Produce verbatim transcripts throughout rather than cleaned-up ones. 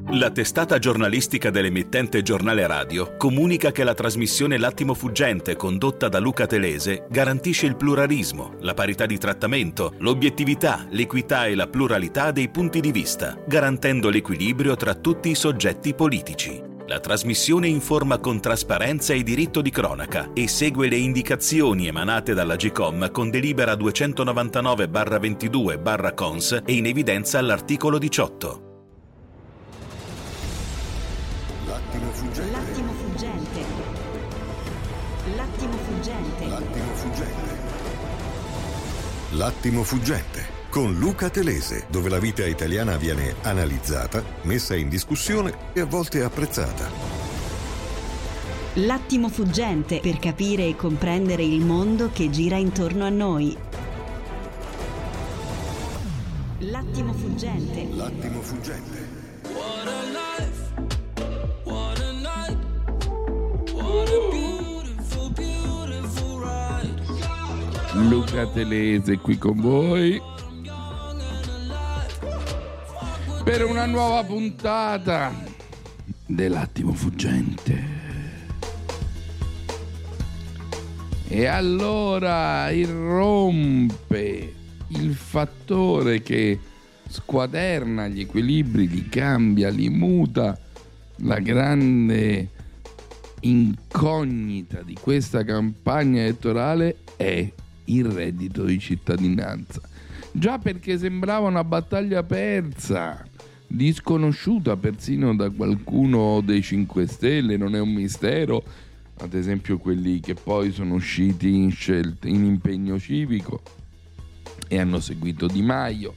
La testata giornalistica dell'emittente Giornale Radio comunica che la trasmissione L'attimo fuggente, condotta da Luca Telese, garantisce il pluralismo, la parità di trattamento, l'obiettività, l'equità e la pluralità dei punti di vista, garantendo l'equilibrio tra tutti i soggetti politici. La trasmissione informa con trasparenza e diritto di cronaca e segue le indicazioni emanate dall'Agcom con delibera duecentonovantanove barra ventidue barra Cons e in evidenza all'articolo diciotto. L'attimo fuggente. L'attimo fuggente. L'attimo fuggente. L'attimo fuggente. L'attimo fuggente con Luca Telese, dove la vita italiana viene analizzata, messa in discussione e a volte apprezzata. L'attimo fuggente per capire e comprendere il mondo che gira intorno a noi. L'attimo fuggente. L'attimo fuggente. What a life, what a night, what a beautiful, beautiful ride. Luca Telese qui con voi per una nuova puntata dell'attimo fuggente. E allora irrompe il fattore che squaderna gli equilibri, li cambia, li muta. La grande incognita di questa campagna elettorale è il reddito di cittadinanza. Già perché sembrava una battaglia persa, disconosciuta persino da qualcuno dei cinque Stelle, non è un mistero, ad esempio quelli che poi sono usciti in, scelte, in impegno civico e hanno seguito Di Maio.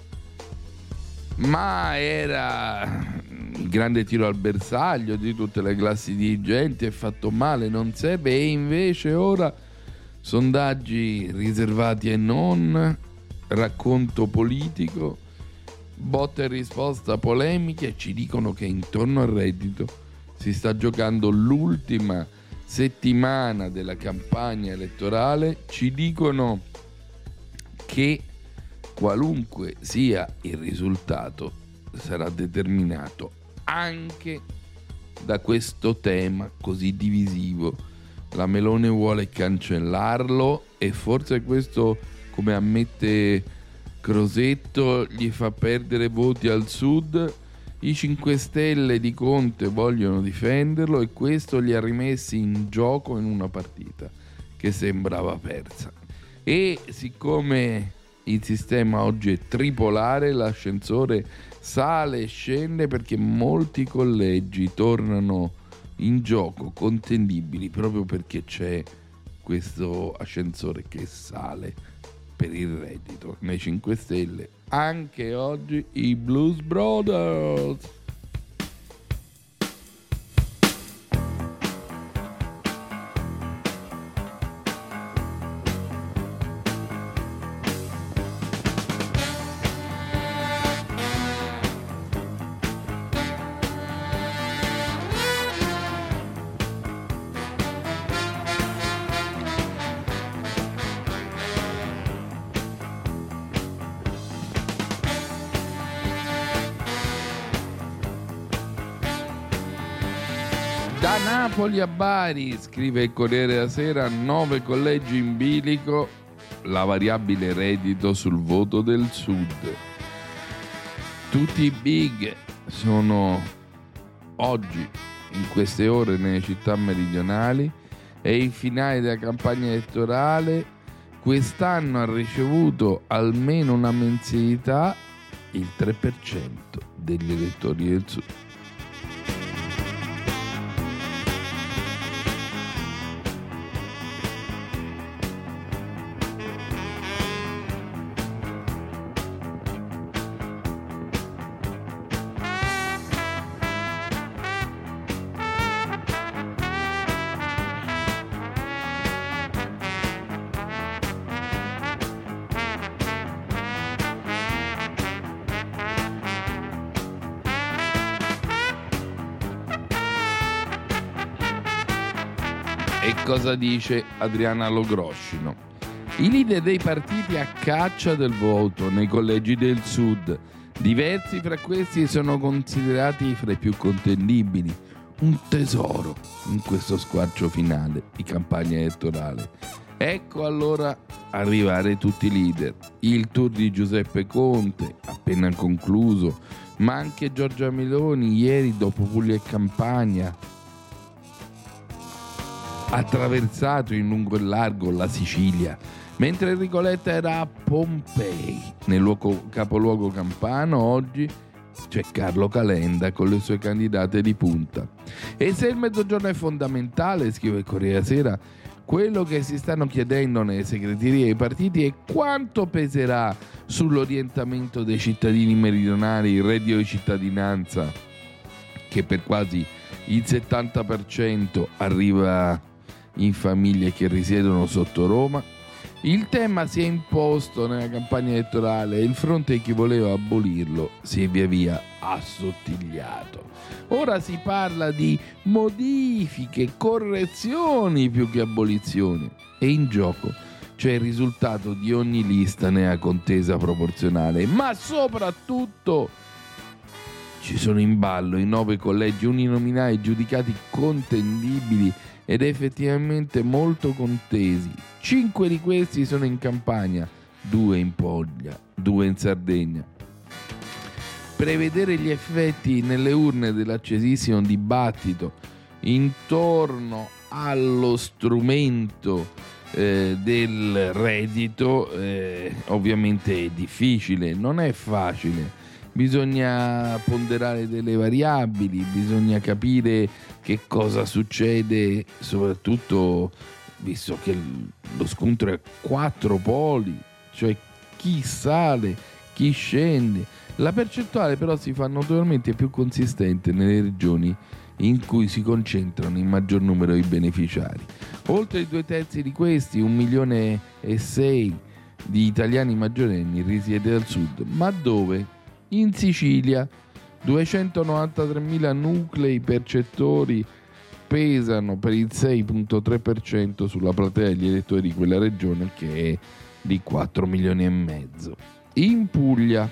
Ma era il grande tiro al bersaglio di tutte le classi dirigenti, è fatto male, non serve, e invece ora sondaggi riservati e non, racconto politico, botta e risposta polemiche, ci dicono che intorno al reddito si sta giocando l'ultima settimana della campagna elettorale, ci dicono che qualunque sia il risultato sarà determinato anche da questo tema così divisivo. La Meloni vuole cancellarlo e forse questo, come ammette Crosetto, gli fa perdere voti al sud. I cinque Stelle di Conte vogliono difenderlo e questo li ha rimessi in gioco in una partita che sembrava persa. E siccome il sistema oggi è tripolare, l'ascensore sale e scende perché molti collegi tornano in gioco contendibili proprio perché c'è questo ascensore che sale per il reddito. Nei cinque Stelle anche oggi i Blues Brothers. Da Napoli a Bari, scrive il Corriere della Sera, nove collegi in bilico, la variabile reddito sul voto del sud. Tutti i big sono oggi, in queste ore, nelle città meridionali. È il finale della campagna elettorale. Quest'anno ha ricevuto almeno una mensilità il tre per cento degli elettori del sud. E cosa dice Adriana Logroscino? I leader dei partiti a caccia del voto nei collegi del sud. Diversi fra questi sono considerati fra i più contendibili, un tesoro in questo squarcio finale di campagna elettorale. Ecco allora arrivare tutti i leader, il tour di Giuseppe Conte appena concluso, ma anche Giorgia Meloni ieri dopo Puglia e Campania ha attraversato in lungo e largo la Sicilia, mentre Enrico Letta era a Pompei, nel luogo, capoluogo campano. Oggi c'è Carlo Calenda con le sue candidate di punta. E se il mezzogiorno è fondamentale, scrive il Corriere Sera, quello che si stanno chiedendo nelle segreterie dei partiti è quanto peserà sull'orientamento dei cittadini meridionali il reddito di cittadinanza, che per quasi il settanta per cento arriva in famiglie che risiedono sotto Roma. Il tema si è imposto nella campagna elettorale e il fronte di chi voleva abolirlo si è via via assottigliato. Ora si parla di modifiche, correzioni più che abolizioni, e in gioco c'è il risultato di ogni lista nella contesa proporzionale, ma soprattutto ci sono in ballo i nove collegi uninominali giudicati contendibili ed effettivamente molto contesi. Cinque di questi sono in Campania, due in Puglia, due in Sardegna. Prevedere gli effetti nelle urne dell'accesissimo dibattito intorno allo strumento eh, del reddito eh, ovviamente è difficile, non è facile. Bisogna ponderare delle variabili, bisogna capire che cosa succede, soprattutto visto che lo scontro è a quattro poli, cioè chi sale, chi scende. La percentuale però si fa notevolmente più consistente nelle regioni in cui si concentrano il maggior numero di beneficiari. Oltre i due terzi di questi, un milione e sei di italiani maggiorenni risiede al sud, ma dove? In Sicilia duecentonovantatremila nuclei percettori pesano per il sei virgola tre per cento sulla platea degli elettori di quella regione, che è di quattro milioni e mezzo. In Puglia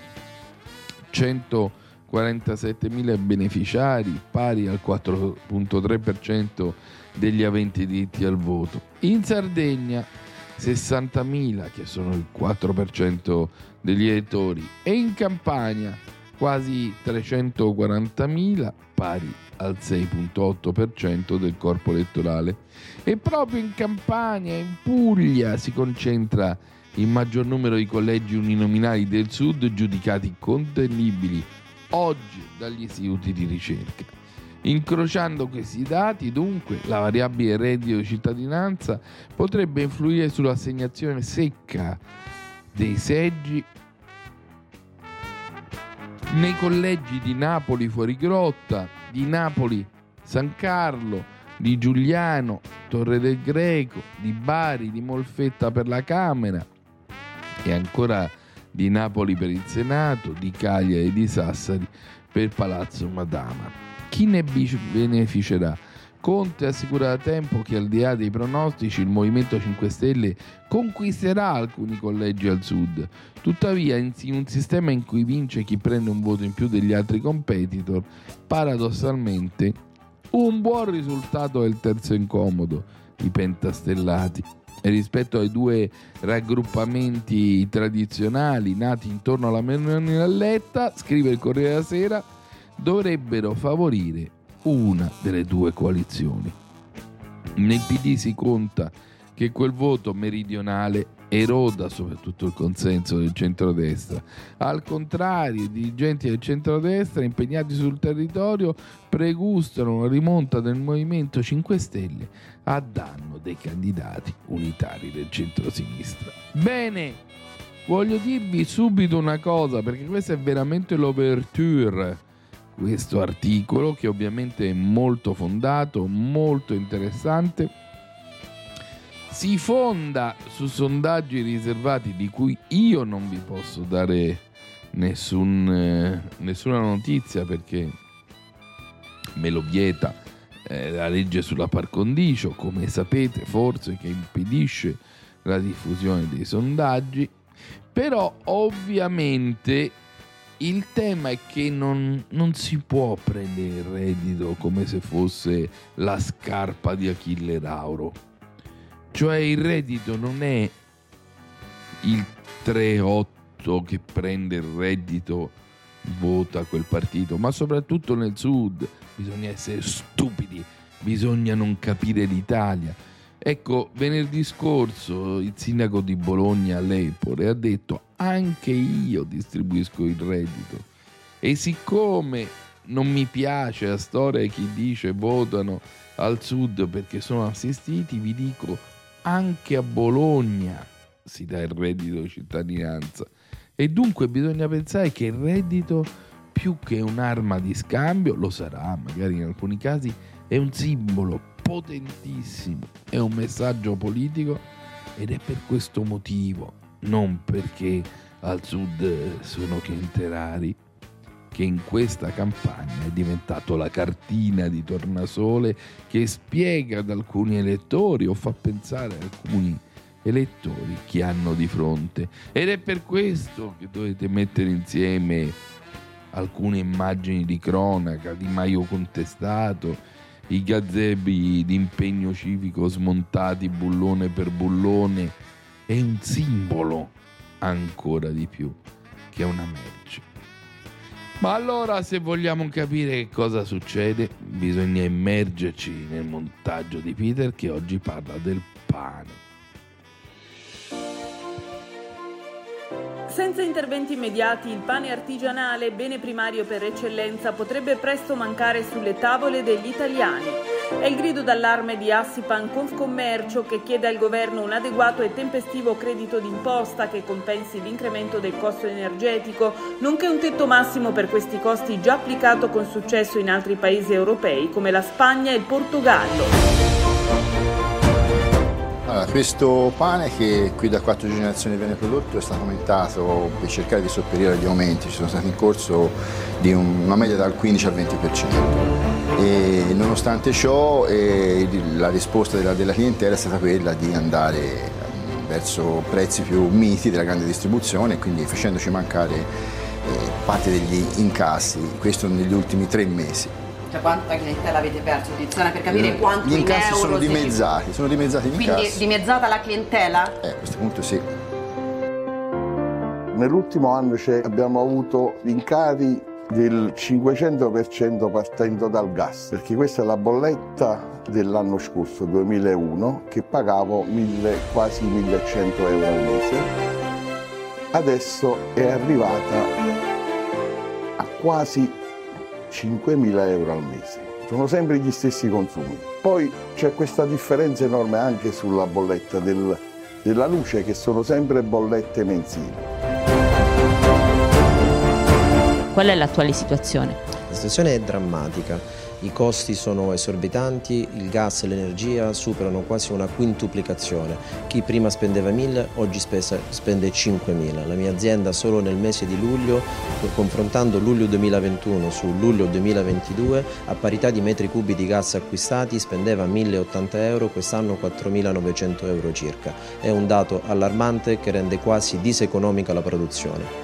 centoquarantasettemila beneficiari, pari al quattro virgola tre per cento degli aventi diritti al voto. In Sardegna sessantamila, che sono il quattro per cento degli elettori, e in Campania quasi trecentoquarantamila, pari al sei virgola otto per cento del corpo elettorale. E proprio in Campania e in Puglia si concentra il maggior numero di collegi uninominali del sud giudicati contenibili oggi dagli istituti di ricerca. Incrociando questi dati, dunque, la variabile reddito di cittadinanza potrebbe influire sull'assegnazione secca dei seggi nei collegi di Napoli Fuorigrotta, di Napoli San Carlo, di Giuliano Torre del Greco, di Bari, di Molfetta per la Camera e ancora di Napoli per il Senato, di Cagliari e di Sassari per Palazzo Madama. Chi ne beneficerà? Conte assicura da tempo che al di là dei pronostici il Movimento cinque Stelle conquisterà alcuni collegi al sud. Tuttavia, in un sistema in cui vince chi prende un voto in più degli altri competitor, paradossalmente un buon risultato è il terzo incomodo, i pentastellati. E rispetto ai due raggruppamenti tradizionali nati intorno alla Meloni e Letta, scrive il Corriere della Sera, dovrebbero favorire una delle due coalizioni. Nel P D si conta che quel voto meridionale eroda soprattutto il consenso del centrodestra. Al contrario, i dirigenti del centrodestra impegnati sul territorio pregustano una rimonta del Movimento cinque Stelle a danno dei candidati unitari del centrosinistra. Bene, voglio dirvi subito una cosa, perché questa è veramente l'ouverture. Questo articolo, che ovviamente è molto fondato, molto interessante, si fonda su sondaggi riservati di cui io non vi posso dare nessun, eh, nessuna notizia, perché me lo vieta eh, la legge sulla par condicio, come sapete forse, che impedisce la diffusione dei sondaggi. Però ovviamente il tema è che non, non si può prendere il reddito come se fosse la scarpa di Achille Lauro. Cioè il reddito non è il tre otto che prende il reddito, vota quel partito, ma soprattutto nel sud bisogna essere stupidi, bisogna non capire l'Italia. Ecco, venerdì scorso il sindaco di Bologna all'Epore ha detto: anche io distribuisco il reddito, e siccome non mi piace la storia di chi dice votano al sud perché sono assistiti, vi dico anche a Bologna si dà il reddito di cittadinanza. E dunque bisogna pensare che il reddito, più che un'arma di scambio, lo sarà magari in alcuni casi, è un simbolo potentissimo, è un messaggio politico, ed è per questo motivo, non perché al sud sono clienti rari, che in questa campagna è diventato la cartina di tornasole che spiega ad alcuni elettori o fa pensare ad alcuni elettori chi hanno di fronte. Ed è per questo che dovete mettere insieme alcune immagini di cronaca, Di Maio contestato, i gazebi di impegno civico smontati bullone per bullone, è un simbolo ancora di più che una merce. Ma allora, se vogliamo capire che cosa succede, bisogna immergerci nel montaggio di Peter, che oggi parla del pane. Senza interventi immediati, il pane artigianale, bene primario per eccellenza, potrebbe presto mancare sulle tavole degli italiani. È il grido d'allarme di Assipan Confcommercio, che chiede al governo un adeguato e tempestivo credito d'imposta che compensi l'incremento del costo energetico, nonché un tetto massimo per questi costi già applicato con successo in altri paesi europei come la Spagna e il Portogallo. Allora, questo pane, che qui da quattro generazioni viene prodotto, è stato aumentato per cercare di sopperire agli aumenti. Ci sono stati in corso di un, una media dal quindici al venti per cento. E nonostante ciò, eh, la risposta della, della clientela è stata quella di andare verso prezzi più miti della grande distribuzione, quindi facendoci mancare eh, parte degli incassi, questo negli ultimi tre mesi. Cioè, quanta clientela avete perso? Attenzione, per capire eh, quanto gli incassi in euro sono dimezzati, sono dimezzati gli Quindi incassi. dimezzata la clientela? Eh, a questo punto sì. Nell'ultimo anno abbiamo avuto rincari del cinquecento per cento partendo dal gas, perché questa è la bolletta dell'anno scorso, duemilauno, che pagavo mille, quasi millecento euro al mese. Adesso è arrivata a quasi cinquemila euro al mese. Sono sempre gli stessi consumi. Poi c'è questa differenza enorme anche sulla bolletta del, della luce, che sono sempre bollette mensili. Qual è l'attuale situazione? La situazione è drammatica. I costi sono esorbitanti, il gas e l'energia superano quasi una quintuplicazione. Chi prima spendeva mille, oggi spesa, spende cinquemila. La mia azienda solo nel mese di luglio, confrontando luglio duemilaventuno su luglio duemilaventidue, a parità di metri cubi di gas acquistati, spendeva mille ottanta euro, quest'anno quattromilanovecento euro circa. È un dato allarmante che rende quasi diseconomica la produzione.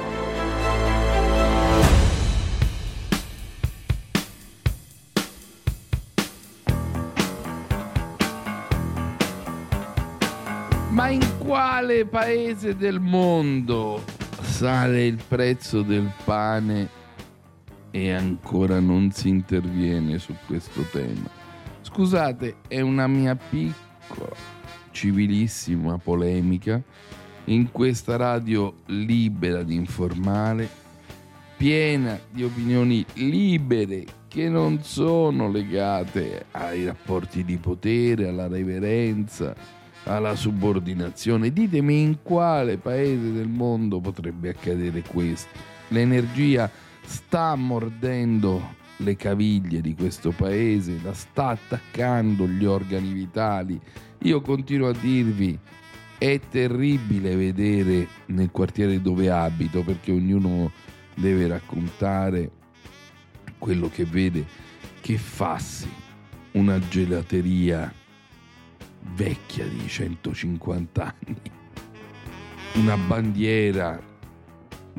Ma in quale paese del mondo sale il prezzo del pane e ancora non si interviene su questo tema? Scusate, è una mia piccola, civilissima polemica in questa radio libera di informare, piena di opinioni libere che non sono legate ai rapporti di potere, alla reverenza, alla subordinazione. Ditemi in quale paese del mondo potrebbe accadere questo. L'energia sta mordendo le caviglie di questo paese, la sta attaccando gli organi vitali. Io continuo a dirvi, è terribile vedere nel quartiere dove abito, perché ognuno deve raccontare quello che vede, che Fassi, una gelateria vecchia di centocinquanta anni, una bandiera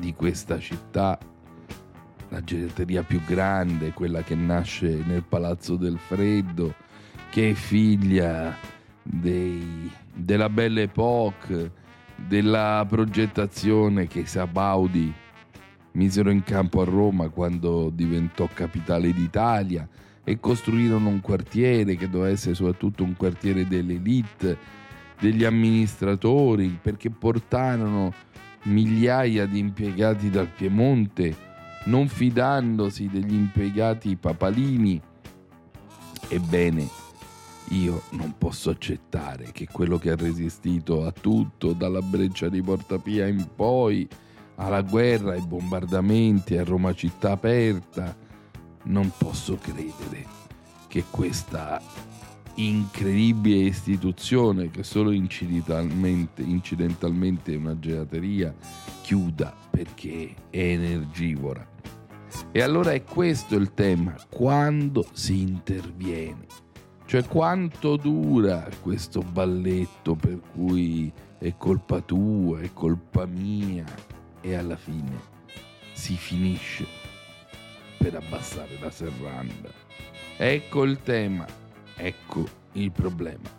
di questa città, la gelateria più grande, quella che nasce nel Palazzo del Freddo, che è figlia dei, della Belle Époque, della progettazione che Sabaudi misero in campo a Roma quando diventò capitale d'Italia, e costruirono un quartiere che doveva essere soprattutto un quartiere dell'elite, degli amministratori, perché portarono migliaia di impiegati dal Piemonte, non fidandosi degli impiegati papalini. Ebbene, io non posso accettare che quello che ha resistito a tutto, dalla breccia di Porta Pia in poi, alla guerra, ai bombardamenti, a Roma città aperta, non posso credere che questa incredibile istituzione, che solo incidentalmente, incidentalmente è una gelateria, chiuda perché è energivora. E allora è questo il tema: quando si interviene, cioè quanto dura questo balletto per cui è colpa tua, è colpa mia, e alla fine si finisce per abbassare la serranda. Ecco il tema, ecco il problema.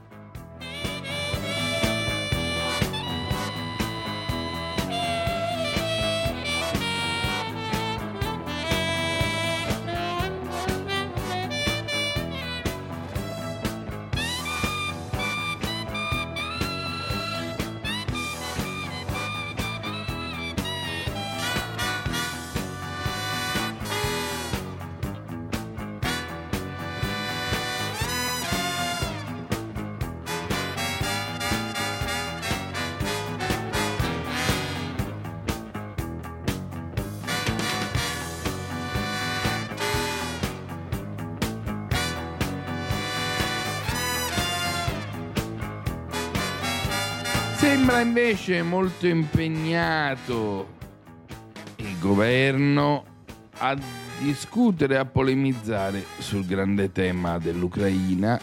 Sembra invece molto impegnato il governo a discutere, a polemizzare sul grande tema dell'Ucraina,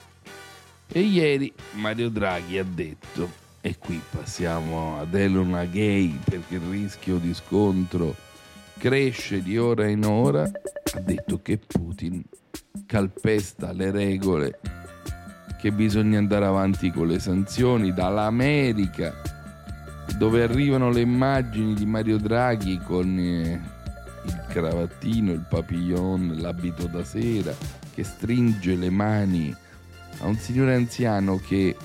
e ieri Mario Draghi ha detto, e qui passiamo ad Elona Gay perché il rischio di scontro cresce di ora in ora, ha detto che Putin calpesta le regole, che bisogna andare avanti con le sanzioni. Dall'America, dove arrivano le immagini di Mario Draghi con eh, il cravattino, il papillon, l'abito da sera, che stringe le mani a un signore anziano che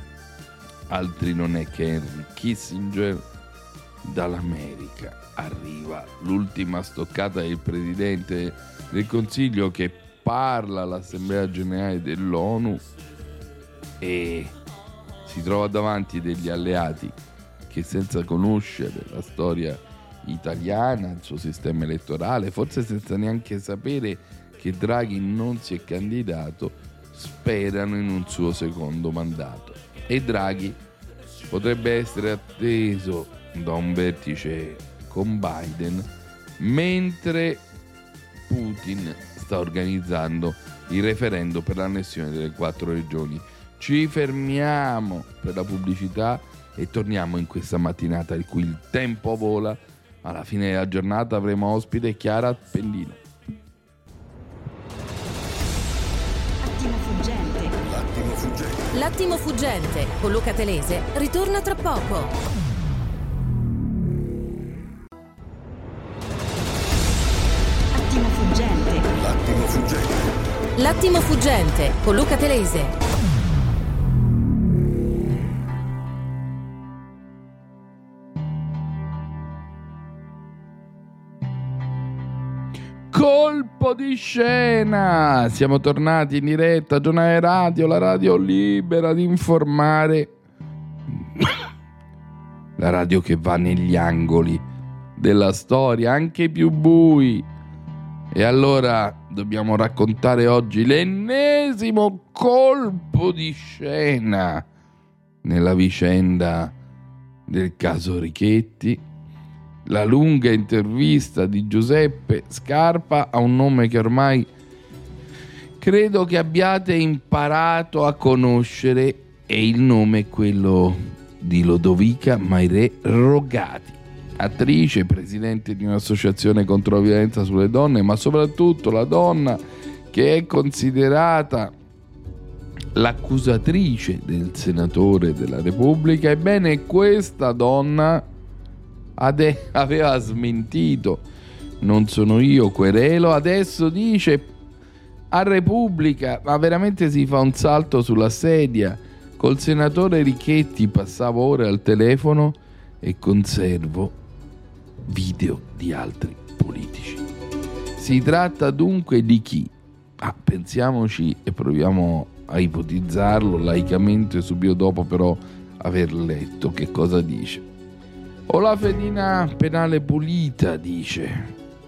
altri non è che Henry Kissinger. Dall'America arriva l'ultima stoccata del Presidente del Consiglio, che parla all'Assemblea Generale dell'ONU e si trova davanti degli alleati che, senza conoscere la storia italiana, il suo sistema elettorale, forse senza neanche sapere che Draghi non si è candidato, sperano in un suo secondo mandato. E Draghi potrebbe essere atteso da un vertice con Biden, mentre Putin sta organizzando il referendum per l'annessione delle quattro regioni. Ci fermiamo per la pubblicità e torniamo in questa mattinata in cui il tempo vola. Alla fine della giornata avremo ospite Chiara Appendino. Attimo fuggente. L'attimo fuggente. L'attimo fuggente con Luca Telese ritorna tra poco. Attimo fuggente. L'attimo fuggente. L'attimo fuggente con Luca Telese. Colpo di scena! Siamo tornati in diretta, Giornale Radio, la radio libera di informare, la radio che va negli angoli della storia, anche i più bui. E allora dobbiamo raccontare oggi l'ennesimo colpo di scena nella vicenda del caso Richetti. La lunga intervista di Giuseppe Scarpa a un nome che ormai credo che abbiate imparato a conoscere, e il nome è quello di Lodovica Mairé Rogati. attrice, presidente di un'associazione contro la violenza sulle donne, ma soprattutto la donna che è considerata l'accusatrice del senatore della Repubblica. Ebbene, questa donna ade- aveva smentito: non sono io, querelo. Adesso dice a Repubblica, ma veramente si fa un salto sulla sedia: col senatore Richetti passavo ore al telefono e conservo video di altri politici. Si tratta dunque di chi? Ah, pensiamoci e proviamo a ipotizzarlo laicamente subito dopo però aver letto che cosa dice. Ho la fedina penale pulita, dice.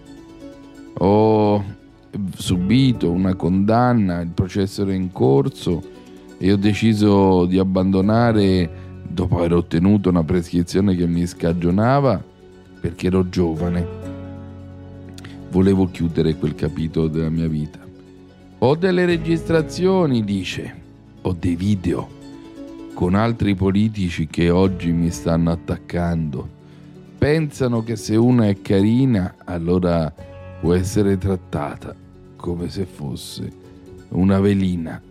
Ho subito una condanna, il processo era in corso e ho deciso di abbandonare dopo aver ottenuto una prescrizione che mi scagionava perché ero giovane. Volevo chiudere quel capitolo della mia vita. Ho delle registrazioni, dice, ho dei video con altri politici che oggi mi stanno attaccando. Pensano che se una è carina, allora può essere trattata come se fosse una velina.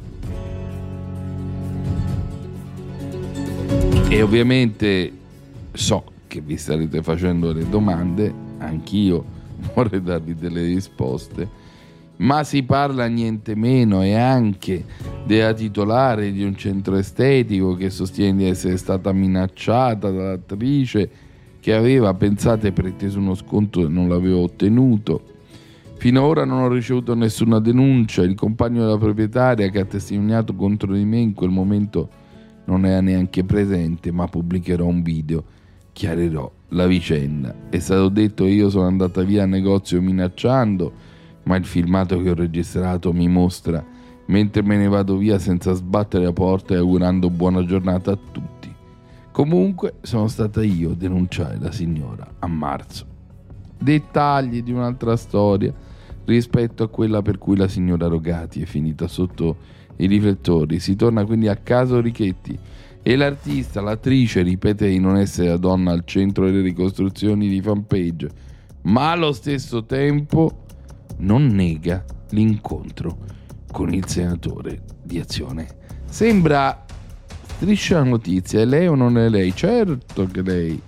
E ovviamente so che vi starete facendo le domande, anch'io vorrei darvi delle risposte, ma si parla niente meno e anche della titolare di un centro estetico che sostiene di essere stata minacciata dall'attrice che aveva, pensate, preteso uno sconto e non l'aveva ottenuto. Fino ad ora non ho ricevuto nessuna denuncia. Il compagno della proprietaria che ha testimoniato contro di me in quel momento non era neanche presente, ma pubblicherò un video, chiarirò la vicenda. È stato detto che io sono andata via al negozio minacciando, ma il filmato che ho registrato mi mostra mentre me ne vado via senza sbattere la porta e augurando buona giornata a tutti. Comunque sono stata io a denunciare la signora a marzo. Dettagli di un'altra storia rispetto a quella per cui la signora Rogati è finita sotto i riflettori. Si torna quindi a caso Richetti e l'artista, l'attrice, ripete di non essere la donna al centro delle ricostruzioni di fanpage, ma allo stesso tempo non nega l'incontro con il senatore di Azione. Sembra Striscia Notizia, è lei o non è lei? Certo che lei.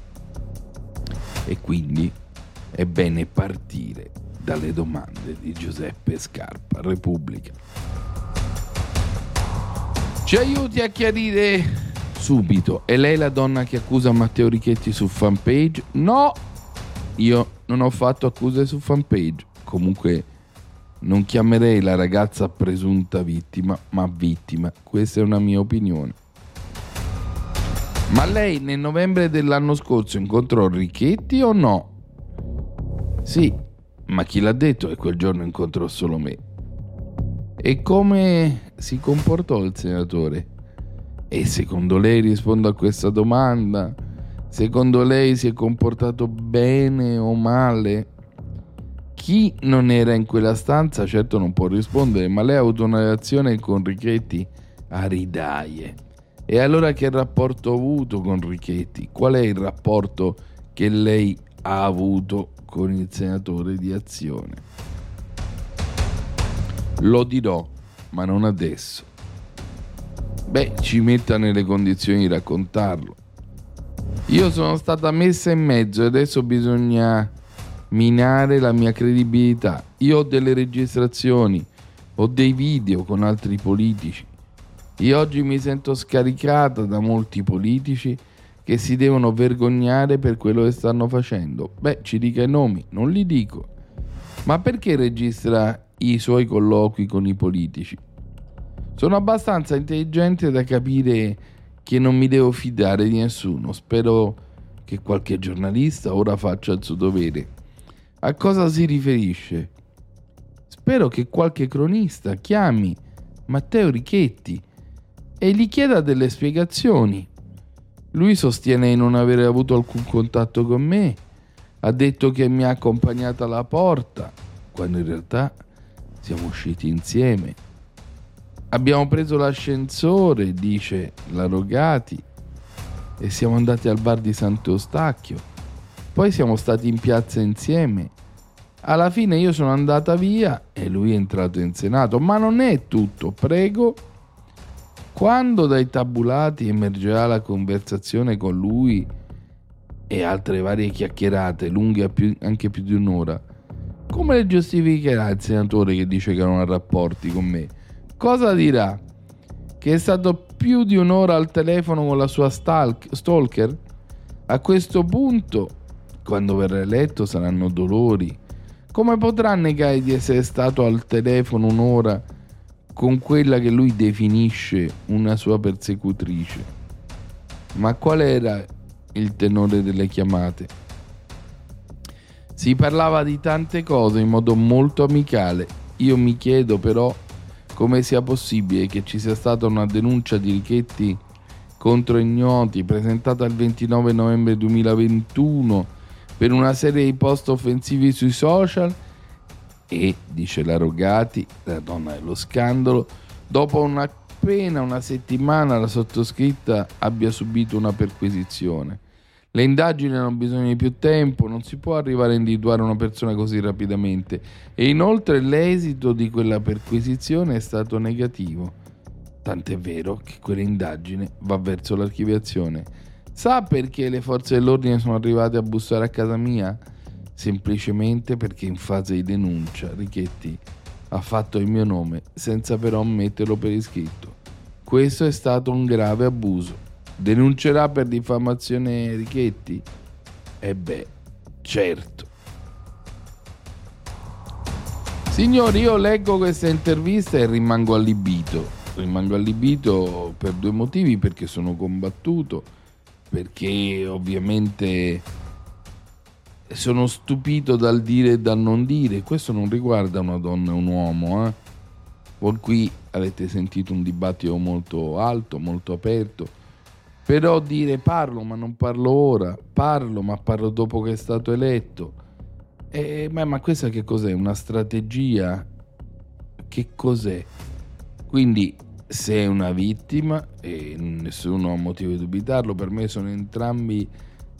E quindi è bene partire dalle domande di Giuseppe Scarpa, Repubblica. Ci aiuti a chiarire subito, è lei la donna che accusa Matteo Richetti su fanpage? No, io non ho fatto accuse su fanpage. Comunque non chiamerei la ragazza presunta vittima, ma vittima. Questa è una mia opinione. Ma lei nel novembre dell'anno scorso incontrò Richetti o no? Sì, ma chi l'ha detto che quel giorno incontrò solo me? E come si comportò il senatore? E secondo lei, rispondo a questa domanda, secondo lei si è comportato bene o male? Chi non era in quella stanza certo non può rispondere, ma lei ha avuto una relazione con Richetti a ridaie. E allora che rapporto ha avuto con Richetti? Qual è il rapporto che lei ha avuto con il senatore di Azione? Lo dirò, ma non adesso. Beh, ci metta nelle condizioni di raccontarlo. Io sono stata messa in mezzo e adesso bisogna minare la mia credibilità. Io ho delle registrazioni, ho dei video con altri politici. Io oggi mi sento scaricata da molti politici che si devono vergognare per quello che stanno facendo. Beh, ci dica i nomi, non li dico. Ma perché registra i suoi colloqui con i politici? Sono abbastanza intelligente da capire che non mi devo fidare di nessuno. Spero che qualche giornalista ora faccia il suo dovere. A cosa si riferisce? Spero che qualche cronista chiami Matteo Richetti e gli chieda delle spiegazioni. Lui sostiene di non avere avuto alcun contatto con me, ha detto che mi ha accompagnata alla porta, quando in realtà siamo usciti insieme. Abbiamo preso l'ascensore, dice la Rogati, e siamo andati al bar di Sant'Eustachio. poi siamo stati in piazza insieme. Alla fine io sono andata via e lui è entrato in Senato. Ma non è tutto, prego. Quando dai tabulati emergerà la conversazione con lui e altre varie chiacchierate lunghe a più, anche più di un'ora, come le giustificherà il senatore che dice che non ha rapporti con me? Cosa dirà? Che è stato più di un'ora al telefono con la sua stalk, stalker? A questo punto, quando verrà eletto, saranno dolori. Come potrà negare di essere stato al telefono un'ora con quella che lui definisce una sua persecutrice? Ma qual era il tenore delle chiamate? Si parlava di tante cose in modo molto amicale. Io mi chiedo però come sia possibile che ci sia stata una denuncia di Richetti contro ignoti presentata il ventinove novembre duemilaventuno per una serie di post offensivi sui social e, dice la Rogati, la donna dello scandalo, dopo una, appena una settimana la sottoscritta abbia subito una perquisizione. Le indagini hanno bisogno di più tempo, non si può arrivare a individuare una persona così rapidamente e inoltre l'esito di quella perquisizione è stato negativo. Tant'è vero che quell'indagine va verso l'archiviazione. Sa perché le forze dell'ordine sono arrivate a bussare a casa mia? Semplicemente perché in fase di denuncia Richetti ha fatto il mio nome senza però metterlo per iscritto. Questo è stato un grave abuso. Denuncerà per diffamazione Richetti? E beh, certo. Signori, io leggo questa intervista e rimango allibito. Rimango allibito per due motivi: perché sono combattuto, perché ovviamente sono stupito dal dire e dal non dire. Questo non riguarda una donna e un uomo, eh? Voi qui avete sentito un dibattito molto alto, molto aperto. Però dire parlo ma non parlo ora, parlo ma parlo dopo che è stato eletto, e, ma, ma questa che cos'è? Una strategia? Che cos'è? Quindi se è una vittima, e nessuno ha motivo di dubitarlo, per me sono entrambi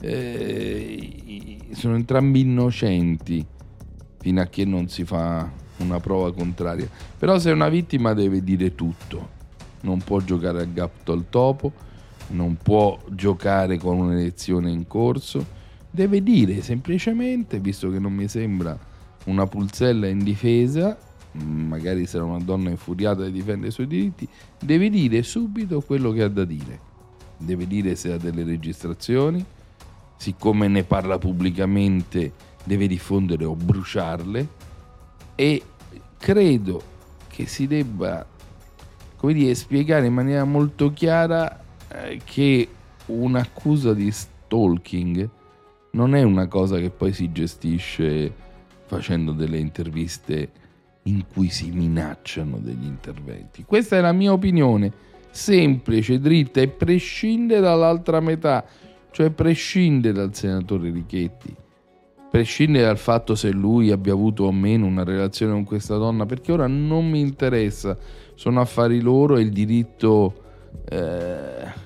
eh, sono entrambi innocenti fino a che non si fa una prova contraria. Però se è una vittima deve dire tutto, non può giocare al gatto al topo, non può giocare con un'elezione in corso, deve dire semplicemente, visto che non mi sembra una pulzella indifesa, magari sarà una donna infuriata che difende i suoi diritti, deve dire subito quello che ha da dire, deve dire se ha delle registrazioni, siccome ne parla pubblicamente deve diffondere o bruciarle, e credo che si debba, come dire, spiegare in maniera molto chiara che un'accusa di stalking non è una cosa che poi si gestisce facendo delle interviste in cui si minacciano degli interventi. Questa è la mia opinione, semplice, dritta, e prescinde dall'altra metà, cioè prescinde dal senatore Richetti, prescinde dal fatto se lui abbia avuto o meno una relazione con questa donna, perché ora non mi interessa, sono affari loro e il diritto eh,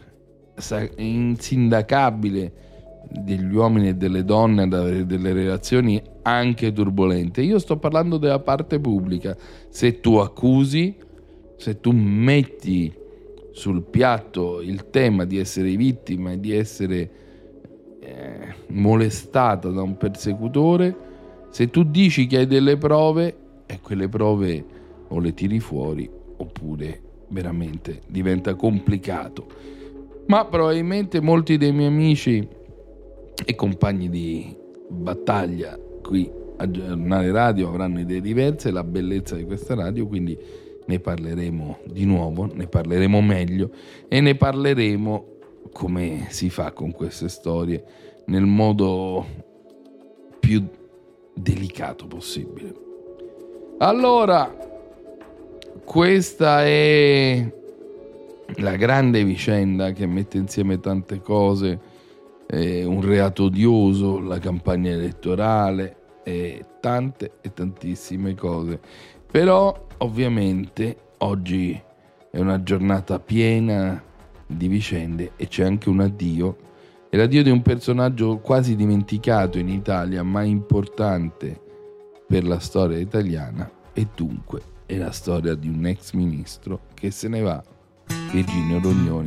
insindacabile degli uomini e delle donne ad avere delle relazioni anche turbolente. Io sto parlando della parte pubblica. Se tu accusi, se tu metti sul piatto il tema di essere vittima e di essere eh, molestata da un persecutore, se tu dici che hai delle prove, e quelle prove o le tiri fuori oppure veramente diventa complicato. Ma probabilmente molti dei miei amici e compagni di battaglia qui a Giornale Radio avranno idee diverse, la bellezza di questa radio, quindi ne parleremo di nuovo, ne parleremo meglio e ne parleremo come si fa con queste storie nel modo più delicato possibile. Allora, questa è la grande vicenda che mette insieme tante cose, eh, un reato odioso, la campagna elettorale e tante e tantissime cose. Però ovviamente oggi è una giornata piena di vicende e c'è anche un addio È l'addio di un personaggio quasi dimenticato in Italia, ma importante per la storia italiana, e dunque è la storia di un ex ministro che se ne va, Virginio Rognoni.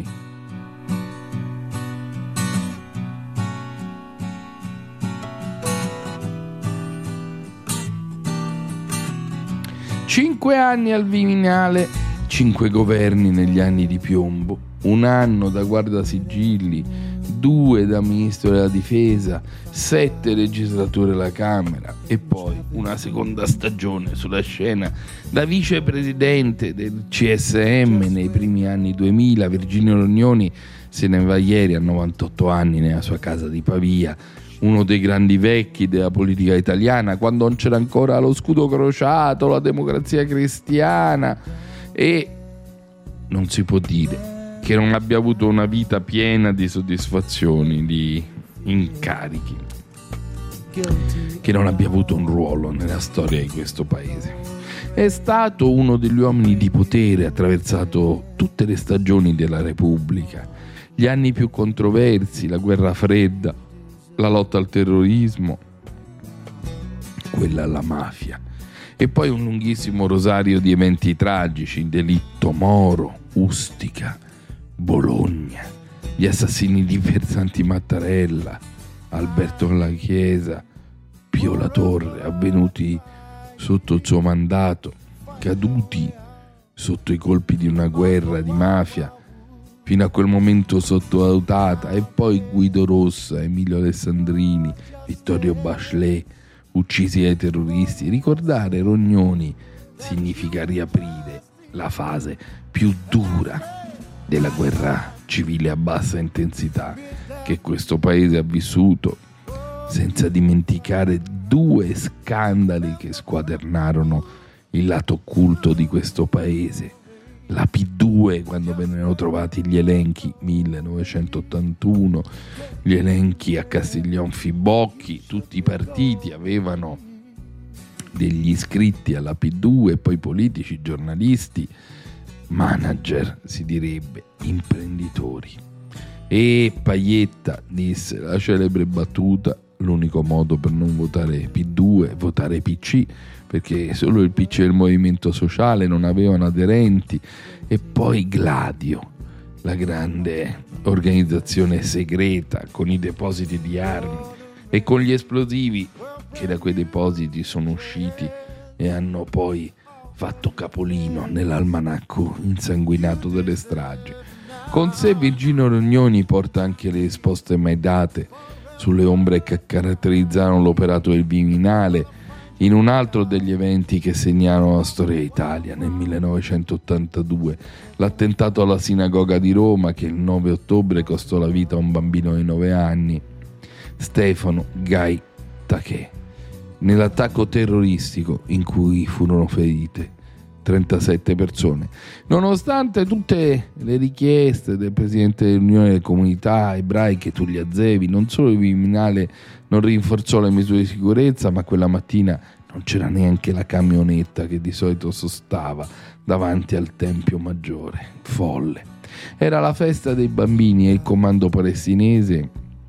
Cinque anni al Viminale, cinque governi negli anni di piombo, un anno da guardasigilli, due da ministro della difesa, sette legislature alla Camera e poi una seconda stagione sulla scena da vicepresidente del C S M nei primi anni duemila. Virginio Rognoni se ne va ieri a novantotto anni nella sua casa di Pavia, uno dei grandi vecchi della politica italiana, quando non c'era ancora lo scudo crociato, la democrazia cristiana, e non si può dire che non abbia avuto una vita piena di soddisfazioni, di incarichi, che non abbia avuto un ruolo nella storia di questo paese. È stato uno degli uomini di potere, ha attraversato tutte le stagioni della Repubblica, gli anni più controversi, la guerra fredda, la lotta al terrorismo, quella alla mafia, e poi un lunghissimo rosario di eventi tragici: delitto Moro, Ustica, Bologna, gli assassini di Versanti Mattarella, Alberto La Chiesa, Pio La Torre, avvenuti sotto il suo mandato, caduti sotto i colpi di una guerra di mafia fino a quel momento sottovalutata, e poi Guido Rossa, Emilio Alessandrini, Vittorio Bachelet, uccisi dai terroristi. Ricordare Rognoni significa riaprire la fase più dura della guerra civile a bassa intensità che questo paese ha vissuto, senza dimenticare due scandali che squadernarono il lato occulto di questo paese. La P due, quando vennero trovati gli elenchi millenovecentottantuno, gli elenchi a Castiglion Fibocchi, tutti i partiti avevano degli iscritti alla P due, poi politici, giornalisti, manager, si direbbe, imprenditori. E Paietta disse la celebre battuta: l'unico modo per non votare P due è votare P C, perché solo il P C e il Movimento Sociale non avevano aderenti. E poi Gladio, la grande organizzazione segreta con i depositi di armi e con gli esplosivi che da quei depositi sono usciti e hanno poi fatto capolino nell'almanacco insanguinato delle stragi. Con sé Virginio Rognoni porta anche le risposte mai date sulle ombre che caratterizzarono l'operato del Viminale, in un altro degli eventi che segnarono la storia d'Italia nel millenovecentottantadue, l'attentato alla sinagoga di Roma che il nove ottobre costò la vita a un bambino di nove anni, Stefano Gai Taché, nell'attacco terroristico in cui furono ferite trentasette persone. Nonostante tutte le richieste del presidente dell'Unione delle Comunità Ebraiche Tullio Azevi, non solo il Viminale non rinforzò le misure di sicurezza, ma quella mattina non c'era neanche la camionetta che di solito sostava davanti al Tempio Maggiore. Folle. Era la festa dei bambini e il comando palestinese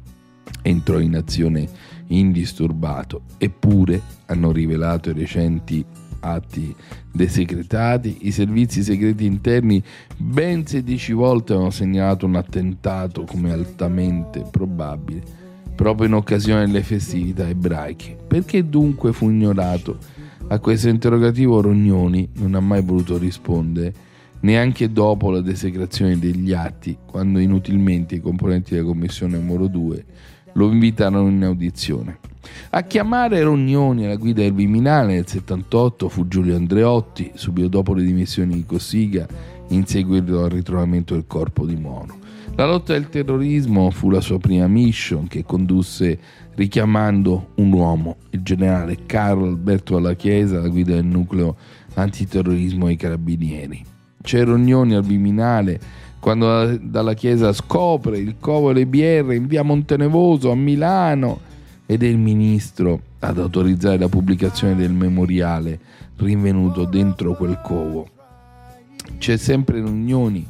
entrò in azione indisturbato, eppure hanno rivelato i recenti atti desecretati, i servizi segreti interni ben sedici volte hanno segnalato un attentato come altamente probabile proprio in occasione delle festività ebraiche. Perché dunque fu ignorato? A questo interrogativo Rognoni non ha mai voluto rispondere, neanche dopo la desecrazione degli atti, quando inutilmente i componenti della commissione Moro due lo invitarono in audizione. A chiamare Rognoni alla guida del Viminale nel settantotto fu Giulio Andreotti, subito dopo le dimissioni di Cossiga, in seguito al ritrovamento del corpo di Moro. La lotta al terrorismo fu la sua prima mission, che condusse richiamando un uomo, il generale Carlo Alberto Dalla Chiesa, alla guida del nucleo antiterrorismo dei Carabinieri. C'è Rognoni al Viminale quando Dalla Chiesa scopre il covo delle B R in via Montenevoso a Milano, ed è il ministro ad autorizzare la pubblicazione del memoriale rinvenuto dentro quel covo. C'è sempre Rognoni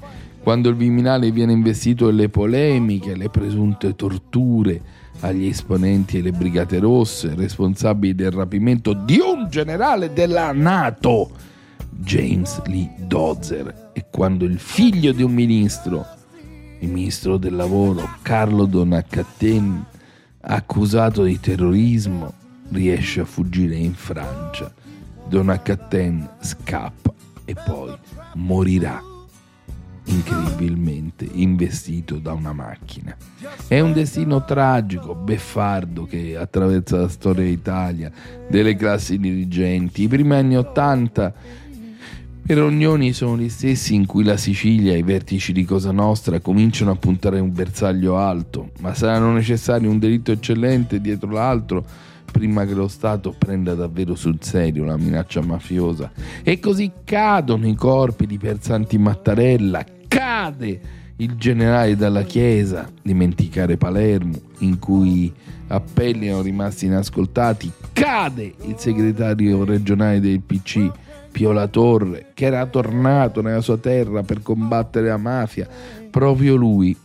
quando il Viminale viene investito delle polemiche, le presunte torture agli esponenti delle Brigate Rosse, responsabili del rapimento di un generale della NATO, James Lee Dozer, e quando il figlio di un ministro, il ministro del lavoro Carlo Donat-Cattin, accusato di terrorismo, riesce a fuggire in Francia. Donat-Cattin scappa e poi morirà incredibilmente investito da una macchina. È un destino tragico, beffardo, che attraversa la storia d'Italia, delle classi dirigenti. I primi anni Ottanta per Rognoni sono gli stessi in cui la Sicilia e i vertici di Cosa Nostra cominciano a puntare un bersaglio alto, ma saranno necessari un delitto eccellente dietro l'altro prima che lo Stato prenda davvero sul serio la minaccia mafiosa. E così cadono i corpi di Piersanti Mattarella, cade il generale Dalla Chiesa, dimenticare Palermo, in cui appelli erano rimasti inascoltati, cade il segretario regionale del P C Pio La Torre, che era tornato nella sua terra per combattere la mafia. Proprio lui,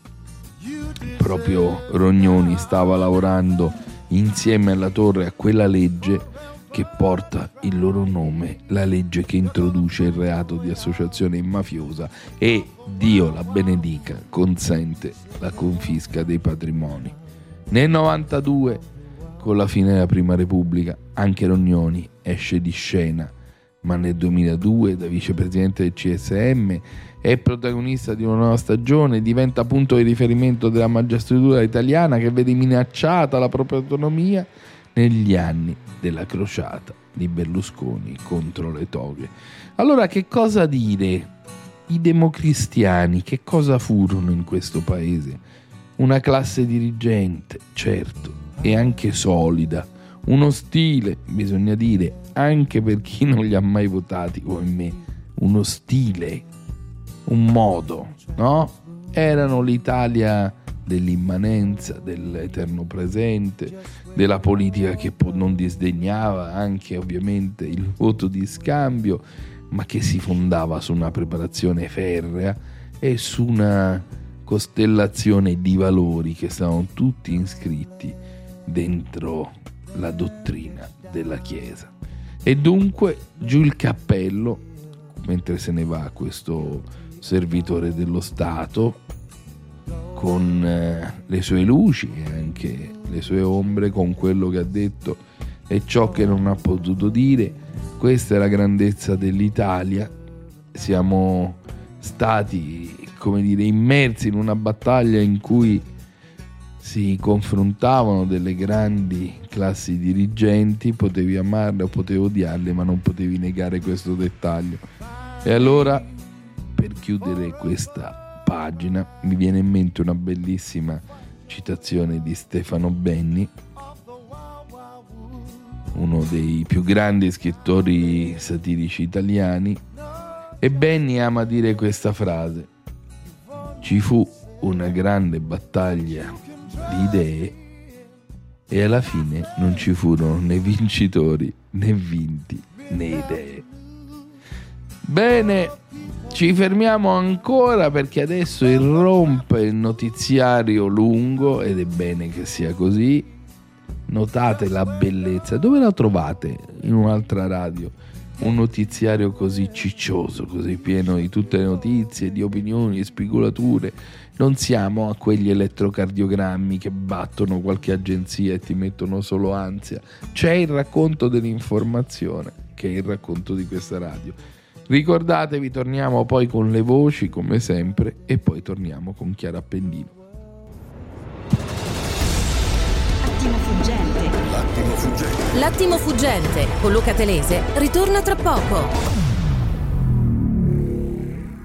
proprio Rognoni, stava lavorando insieme alla Torre a quella legge che porta il loro nome, la legge che introduce il reato di associazione mafiosa e, Dio la benedica, consente la confisca dei patrimoni. Nel novantadue, con la fine della Prima Repubblica, anche Rognoni esce di scena, ma nel duemiladue, da vicepresidente del C S M, è protagonista di una nuova stagione, diventa punto di riferimento della magistratura italiana, che vede minacciata la propria autonomia negli anni della crociata di Berlusconi contro le toghe. Allora, che cosa dire? I democristiani che cosa furono in questo paese? Una classe dirigente, certo, e anche solida, uno stile, bisogna dire, anche per chi non li ha mai votati come me, uno stile, un modo, no? Erano l'Italia dell'immanenza, dell'eterno presente, della politica che non disdegnava anche ovviamente il voto di scambio, ma che si fondava su una preparazione ferrea e su una costellazione di valori che stavano tutti iscritti dentro la dottrina della Chiesa. E dunque giù il cappello mentre se ne va questo servitore dello Stato, con eh, le sue luci e anche le sue ombre, con quello che ha detto e ciò che non ha potuto dire. Questa è la grandezza dell'Italia. Siamo stati, come dire, immersi in una battaglia in cui si confrontavano delle grandi classi dirigenti, potevi amarle o potevi odiarle, ma non potevi negare questo dettaglio. E allora, per chiudere questa pagina, mi viene in mente una bellissima citazione di Stefano Benni, uno dei più grandi scrittori satirici italiani, e Benni ama dire questa frase: ci fu una grande battaglia di idee e alla fine non ci furono né vincitori né vinti né idee. Bene, ci fermiamo ancora perché adesso irrompe il notiziario lungo ed è bene che sia così. Notate la bellezza. Dove la trovate in un'altra radio? Un notiziario così ciccioso, così pieno di tutte le notizie, di opinioni e spigolature. Non siamo a quegli elettrocardiogrammi che battono qualche agenzia e ti mettono solo ansia. C'è il racconto dell'informazione, che è il racconto di questa radio. Ricordatevi, torniamo poi con le voci come sempre e poi torniamo con Chiara Appendino. L'attimo fuggente. L'attimo fuggente. L'attimo fuggente con Luca Telese ritorna tra poco.